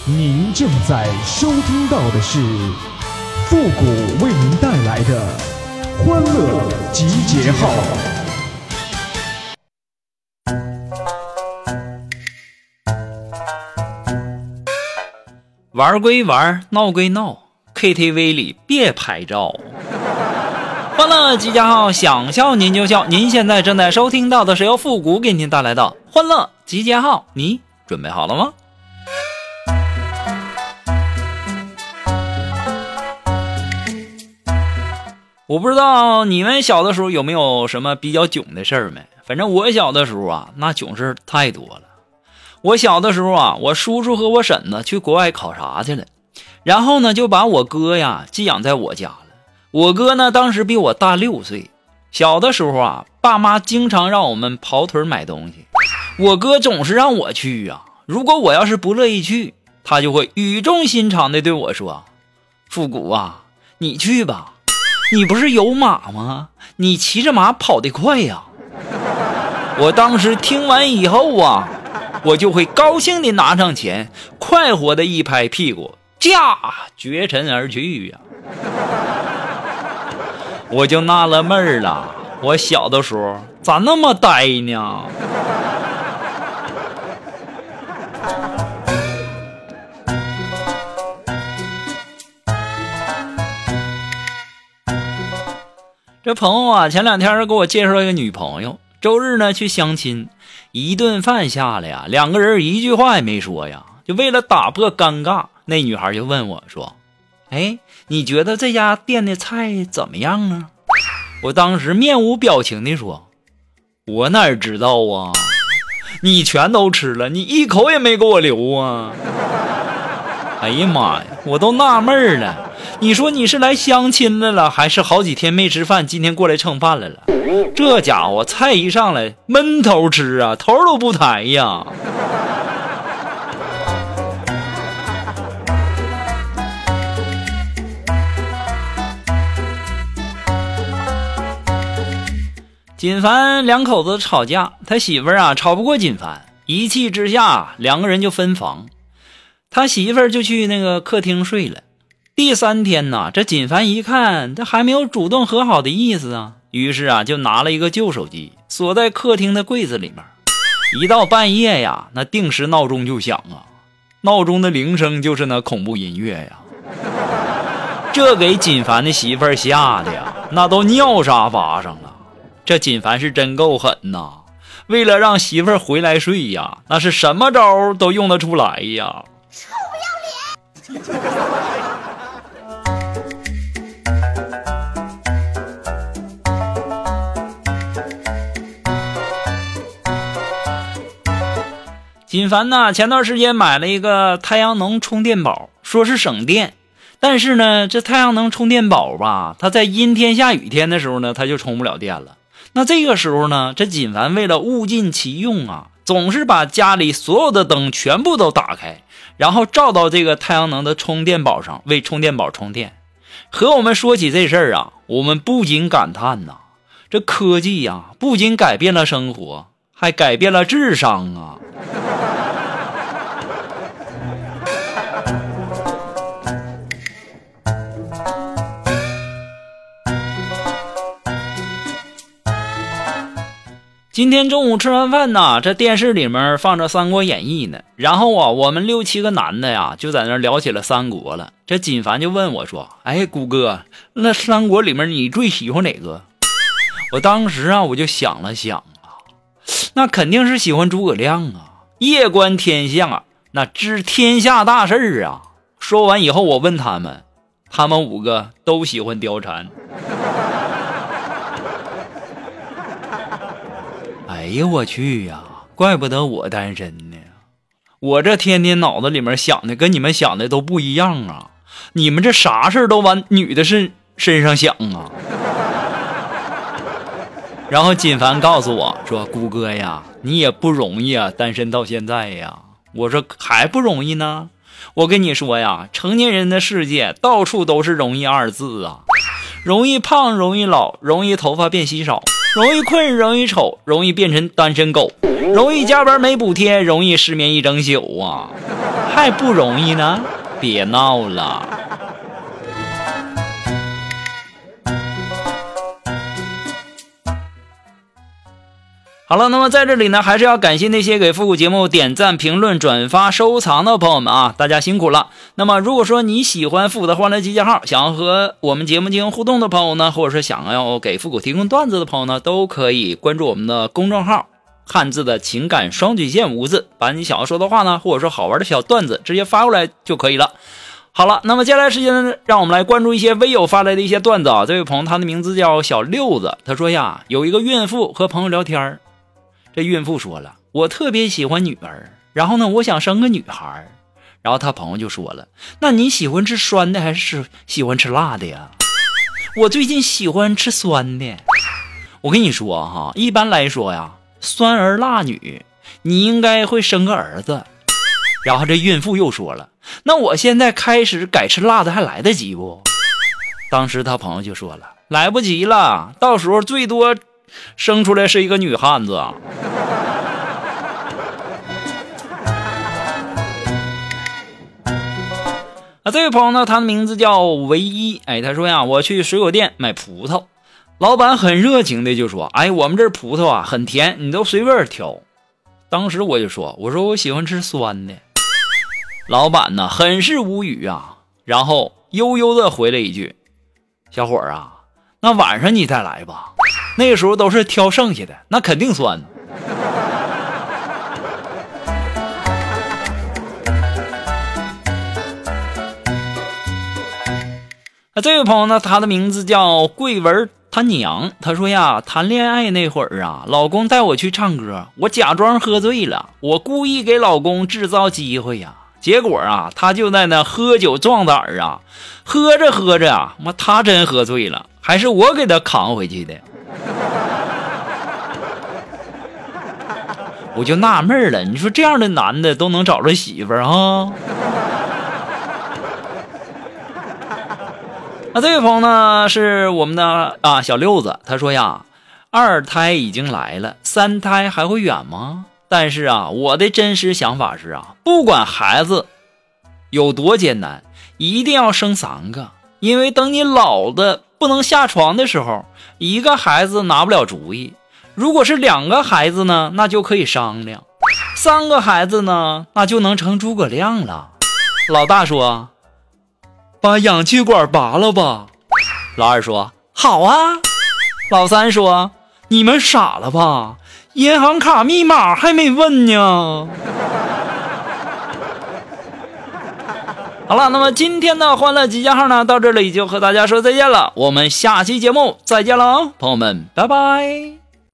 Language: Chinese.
您正在收听到的是复古为您带来的欢乐集结号。 玩归玩，闹归闹， KTV 里别拍照。欢乐集结号，想笑您就笑。您现在正在收听到的是由复古给您带来的欢乐集结号，你准备好了吗？我不知道你们小的时候有没有什么比较囧的事儿没？反正我小的时候啊，那囧事太多了。我小的时候啊，我叔叔和我婶子去国外考察去了，然后呢就把我哥呀寄养在我家了。我哥呢当时比我大6岁，小的时候啊，爸妈经常让我们跑腿买东西，我哥总是让我去啊。如果我要是不乐意去，他就会语重心长地对我说：“复古啊，你去吧，你不是有马吗？你骑着马跑得快呀。”我当时听完以后啊，我就会高兴地拿上钱，快活地一拍屁股，驾绝尘而去呀。我就纳了闷了，我小的时候咋那么呆呢？这朋友啊，前2天给我介绍一个女朋友，周日呢去相亲，一顿饭下来呀，2个人一句话也没说呀。就为了打破尴尬，那女孩就问我说：“哎，你觉得这家店的菜怎么样啊？”我当时面无表情地说：“我哪知道啊，你全都吃了，你一口也没给我留啊。”哎呀妈呀，我都纳闷了，你说你是来相亲来了，还是好几天没吃饭，今天过来蹭饭来了？这家伙菜一上来闷头吃啊，头都不抬呀。锦凡2口子吵架，他媳妇儿啊吵不过锦凡，一气之下2个人就分房，他媳妇儿就去那个客厅睡了。第3天呢，这锦凡一看这还没有主动和好的意思啊，于是啊就拿了一个旧手机锁在客厅的柜子里面。一到半夜呀，那定时闹钟就响啊，闹钟的铃声就是那恐怖音乐呀。这给锦凡的媳妇儿吓得呀，那都尿沙发上了。这锦凡是真够狠呐，为了让媳妇儿回来睡呀，那是什么招都用得出来呀。 臭不要脸！ 锦凡呢，前段时间买了一个太阳能充电宝，说是省电，但是呢，这太阳能充电宝吧，它在阴天下雨天的时候呢，它就充不了电了。那这个时候呢，这锦凡为了物尽其用啊，总是把家里所有的灯全部都打开，然后照到这个太阳能的充电宝上，为充电宝充电。和我们说起这事儿啊，我们不禁感叹呐，这科技啊，不仅改变了生活，还改变了智商啊。今天中午吃完饭呢，这电视里面放着《三国演义》呢，然后啊，我们6、7个男的呀，就在那聊起了三国了。这锦凡就问我说：“哎，谷哥，那三国里面你最喜欢哪个？”我当时啊，我就想了想啊，那肯定是喜欢诸葛亮啊，夜观天下，那知天下大事啊。说完以后，我问他们5个都喜欢貂蝉。哎呀我去呀，怪不得我单身呢，我这天天脑子里面想的跟你们想的都不一样啊，你们这啥事都往女的身上想啊。然后锦凡告诉我说：“谷哥呀，你也不容易啊，单身到现在呀。”我说：“还不容易呢？我跟你说呀，成年人的世界到处都是容易2字啊，容易胖，容易老，容易头发变稀少，容易困，容易丑，容易变成单身狗，容易加班没补贴，容易失眠一整宿啊。 还不容易呢？别闹了。好了，那么在这里呢，还是要感谢那些给复古节目点赞、评论、转发、收藏的朋友们啊，大家辛苦了。那么如果说你喜欢复古的欢乐集结号，想要和我们节目进行互动的朋友呢，或者是想要给复古提供段子的朋友呢，都可以关注我们的公众号汉字的情感双曲线5个字，把你想要说的话呢，或者说好玩的小段子直接发过来就可以了。好了，那么接下来时间呢，让我们来关注一些微友发来的一些段子啊。这位朋友他的名字叫小六子，他说呀，有一个孕妇和朋友聊天，这孕妇说了，我特别喜欢女儿，然后呢我想生个女孩。然后他朋友就说了，那你喜欢吃酸的还是喜欢吃辣的呀？我最近喜欢吃酸的。我跟你说哈，一般来说呀，酸儿辣女，你应该会生个儿子。然后这孕妇又说了，那我现在开始改吃辣的还来得及不？当时他朋友就说了，来不及了，到时候最多生出来是一个女汉子。这位朋友呢，他的名字叫唯一，他说呀，我去水果店买葡萄，老板很热情的就说，我们这葡萄啊很甜，你都随便挑。当时我就说，我喜欢吃酸的。老板呢很是无语啊，然后悠悠的回了一句，小伙啊，那晚上你再来吧，那个时候都是挑剩下的，那肯定酸。这位朋友呢，他的名字叫桂文他娘，他说呀，谈恋爱那会儿啊，老公带我去唱歌，我假装喝醉了，我故意给老公制造机会呀，结果啊，他就在那喝酒壮胆啊，喝着喝着啊，他真喝醉了，还是我给他扛回去的。我就纳闷了，你说这样的男的都能找着媳妇儿啊？这位朋友呢是我们的小六子，他说呀，2胎已经来了，3胎还会远吗？但是啊，我的真实想法是啊，不管孩子有多艰难，一定要生3个，因为等你老的不能下床的时候，1个孩子拿不了主意，如果是2个孩子呢，那就可以商量，3个孩子呢，那就能成诸葛亮了。老大说，把氧气管拔了吧。老二说，好啊。老三说，你们傻了吧，银行卡密码还没问呢。好了，那么今天的欢乐集结号呢，到这里就和大家说再见了，我们下期节目再见了，朋友们，拜拜。